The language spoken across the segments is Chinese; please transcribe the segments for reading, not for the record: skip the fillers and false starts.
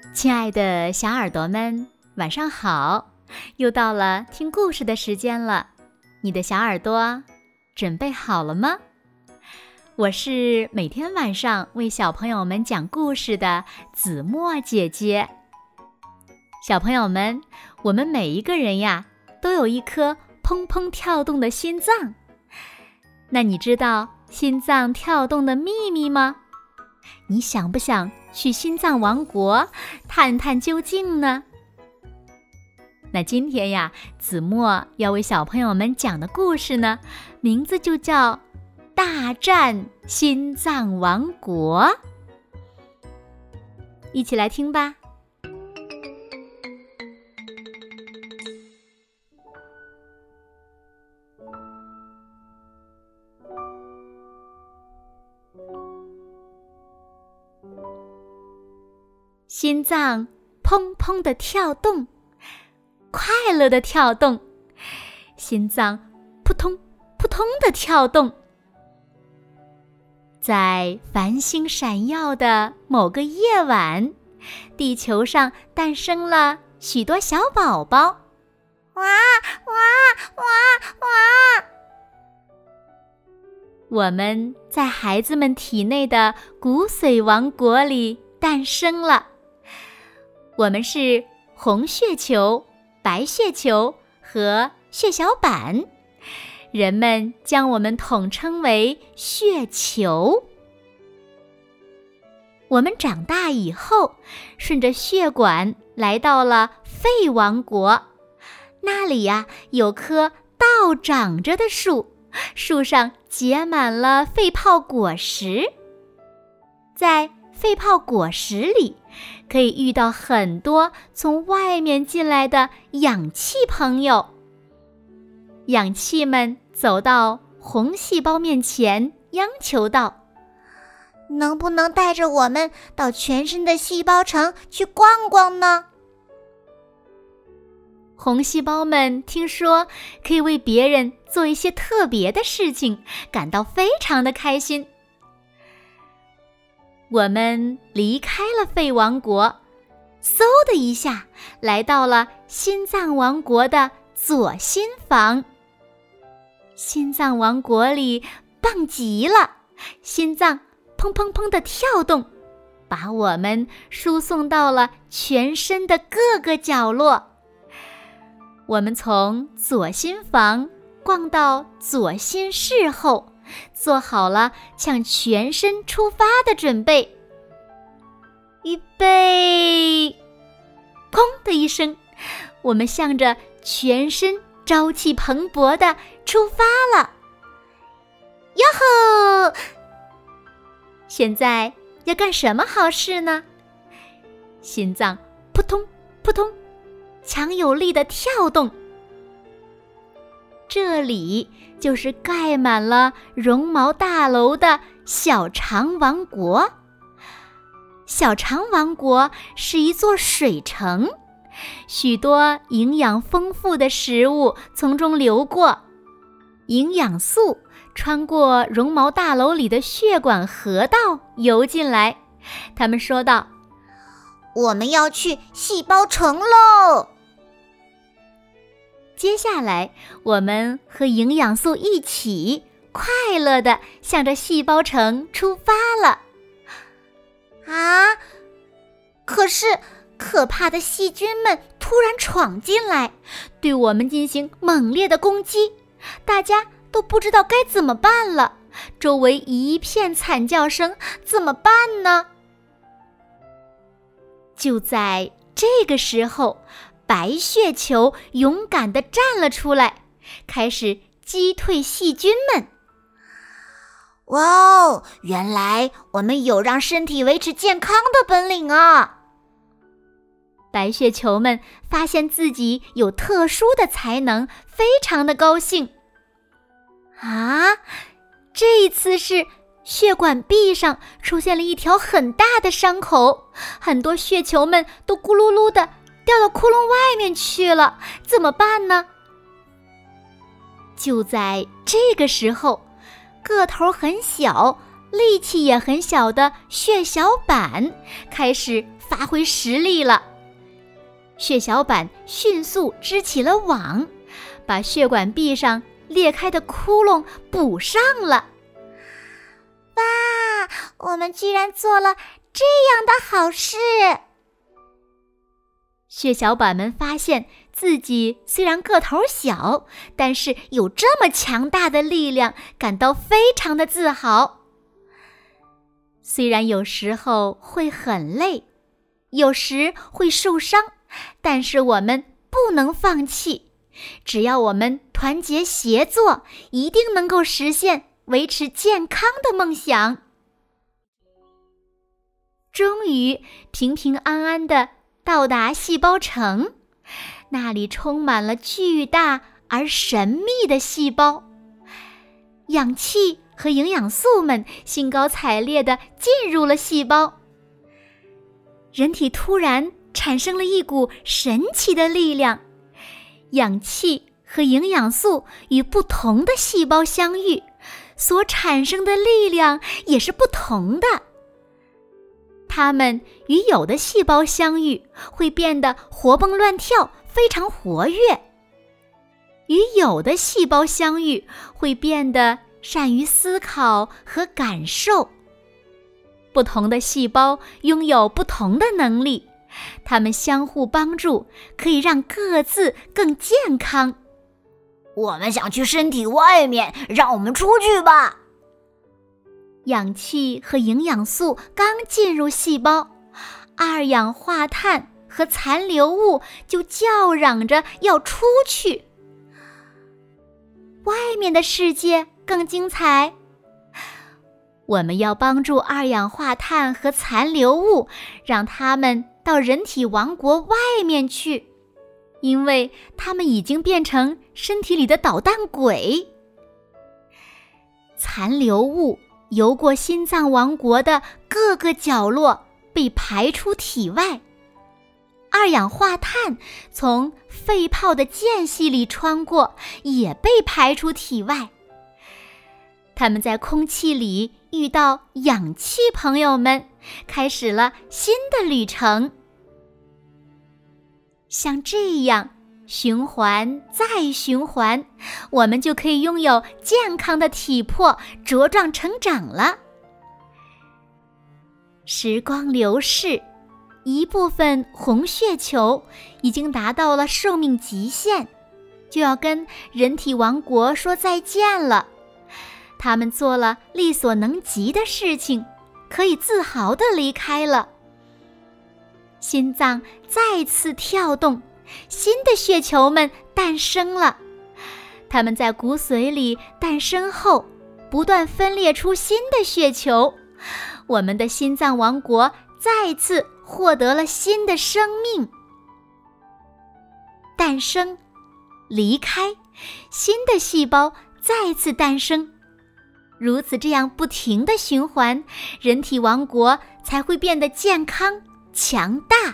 亲爱的小耳朵们，晚上好！又到了听故事的时间了，你的小耳朵准备好了吗？我是每天晚上为小朋友们讲故事的子墨姐姐。小朋友们，我们每一个人呀，都有一颗砰砰跳动的心脏。那你知道心脏跳动的秘密吗？你想不想去心脏王国探探究竟呢？那今天呀，子墨要为小朋友们讲的故事呢，名字就叫《大战心脏王国》。一起来听吧。心脏砰砰地跳动，快乐地跳动，心脏扑通扑通地跳动。在繁星闪耀的某个夜晚，地球上诞生了许多小宝宝。 哇哇哇哇！ 我们在孩子们体内的骨髓王国里诞生了。我们是红血球、白血球和血小板，人们将我们统称为血球。我们长大以后，顺着血管来到了肺王国，那里呀，有棵倒长着的树，树上结满了肺泡果实。在肺泡果实里，可以遇到很多从外面进来的氧气朋友。氧气们走到红细胞面前，央求道： 能不能带着我们到全身的细胞城去逛逛呢？ 红细胞们听说可以为别人做一些特别的事情，感到非常的开心。我们离开了肺王国，嗖的一下来到了心脏王国的左心房。心脏王国里棒极了，心脏砰砰砰地跳动，把我们输送到了全身的各个角落。我们从左心房逛到左心室后，做好了向全身出发的准备。预备，砰的一声，我们向着全身朝气蓬勃地出发了。哟吼！现在要干什么好事呢？心脏扑通扑通，强有力地跳动。这里就是盖满了绒毛大楼的小肠王国。小肠王国是一座水城，许多营养丰富的食物从中流过，营养素穿过绒毛大楼里的血管河道游进来。他们说道： 我们要去细胞城喽！ 接下来，我们和营养素一起快乐地向着细胞城出发了。 啊！可是可怕的细菌们突然闯进来， 对我们进行猛烈的攻击，大家都不知道该怎么办了，周围一片惨叫声，怎么办呢？就在这个时候，白血球勇敢地站了出来，开始击退细菌们。 哇哦，原来我们有让身体维持健康的本领啊！ 白血球们发现自己有特殊的才能，非常的高兴。啊，这一次是血管壁上出现了一条很大的伤口，很多血球们都咕噜噜地掉到窟窿外面去了，怎么办呢？就在这个时候，个头很小、力气也很小的血小板开始发挥实力了。血小板迅速织起了网，把血管壁上裂开的窟窿补上了。 哇，我们居然做了这样的好事！ 血小板们发现自己虽然个头小，但是有这么强大的力量，感到非常的自豪。虽然有时候会很累，有时会受伤，但是我们不能放弃。只要我们团结协作，一定能够实现维持健康的梦想。终于平平安安地到达细胞城，那里充满了巨大而神秘的细胞。氧气和营养素们兴高采烈地进入了细胞。人体突然产生了一股神奇的力量，氧气和营养素与不同的细胞相遇，所产生的力量也是不同的。它们与有的细胞相遇，会变得活蹦乱跳，非常活跃；与有的细胞相遇，会变得善于思考和感受。不同的细胞拥有不同的能力，它们相互帮助，可以让各自更健康。 我们想去身体外面，让我们出去吧。 氧气和营养素刚进入细胞，二氧化碳和残留物就叫嚷着要出去。外面的世界更精彩。我们要帮助二氧化碳和残留物，让它们到人体王国外面去，因为它们已经变成身体里的捣蛋鬼。残留物游过心脏王国的各个角落，被排出体外。二氧化碳从肺泡的间隙里穿过，也被排出体外。它们在空气里遇到氧气朋友们，开始了新的旅程。像这样循环再循环，我们就可以拥有健康的体魄，茁壮成长了。时光流逝，一部分红血球已经达到了寿命极限，就要跟人体王国说再见了。他们做了力所能及的事情，可以自豪地离开了。心脏再次跳动，新的血球们诞生了。它们在骨髓里诞生后，不断分裂出新的血球。我们的心脏王国再次获得了新的生命。诞生，离开，新的细胞再次诞生。如此这样不停的循环，人体王国才会变得健康强大。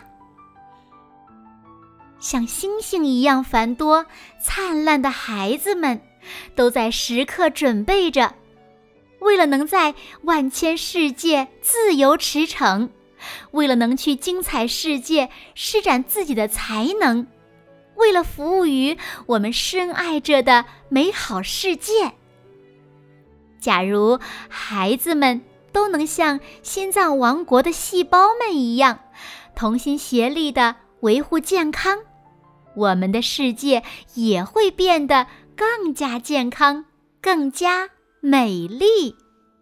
像星星一样繁多灿烂的孩子们，都在时刻准备着，为了能在万千世界自由驰骋，为了能去精彩世界施展自己的才能，为了服务于我们深爱着的美好世界。假如孩子们都能像心脏王国的细胞们一样，同心协力地维护健康，我们的世界也会变得更加健康，更加美丽。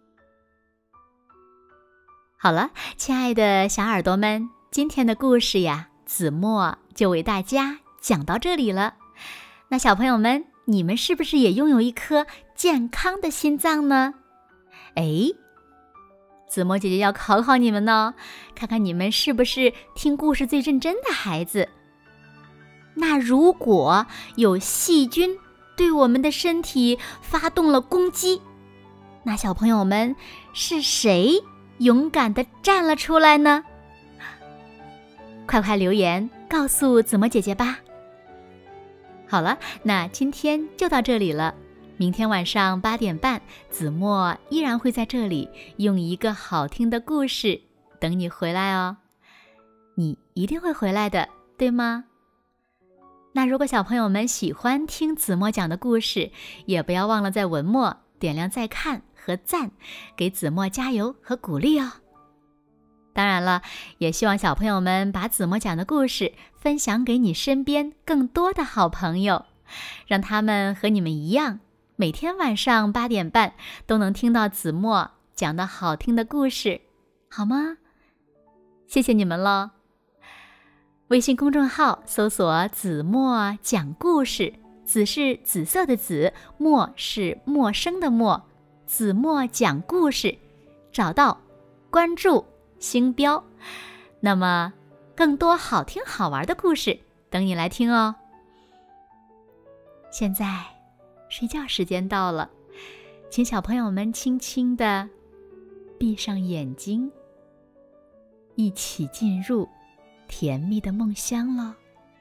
好了，亲爱的小耳朵们，今天的故事呀，子墨就为大家讲到这里了。那小朋友们，你们是不是也拥有一颗健康的心脏呢？子墨姐姐要考考你们呢，看看你们是不是听故事最认真的孩子。那如果有细菌对我们的身体发动了攻击，那小朋友们是谁勇敢地站了出来呢？快快留言告诉子墨姐姐吧。好了，那今天就到这里了。明天晚上8点半，子墨依然会在这里用一个好听的故事等你回来哦。 你一定会回来的，对吗？那如果小朋友们喜欢听子墨讲的故事，也不要忘了在文末点亮再看和赞，给子墨加油和鼓励哦。当然了，也希望小朋友们把子墨讲的故事分享给你身边更多的好朋友，让他们和你们一样，每天晚上8点半都能听到子墨讲的好听的故事，好吗？谢谢你们了。微信公众号搜索子墨讲故事，紫是紫色的紫，墨是陌生的墨，子墨讲故事，找到关注星标，那么更多好听好玩的故事等你来听哦。现在睡觉时间到了，请小朋友们轻轻地闭上眼睛，一起进入甜蜜的梦乡了。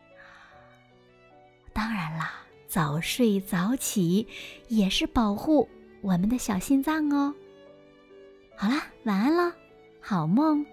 当然啦，早睡早起也是保护我们的小心脏哦。好啦，晚安了，好梦。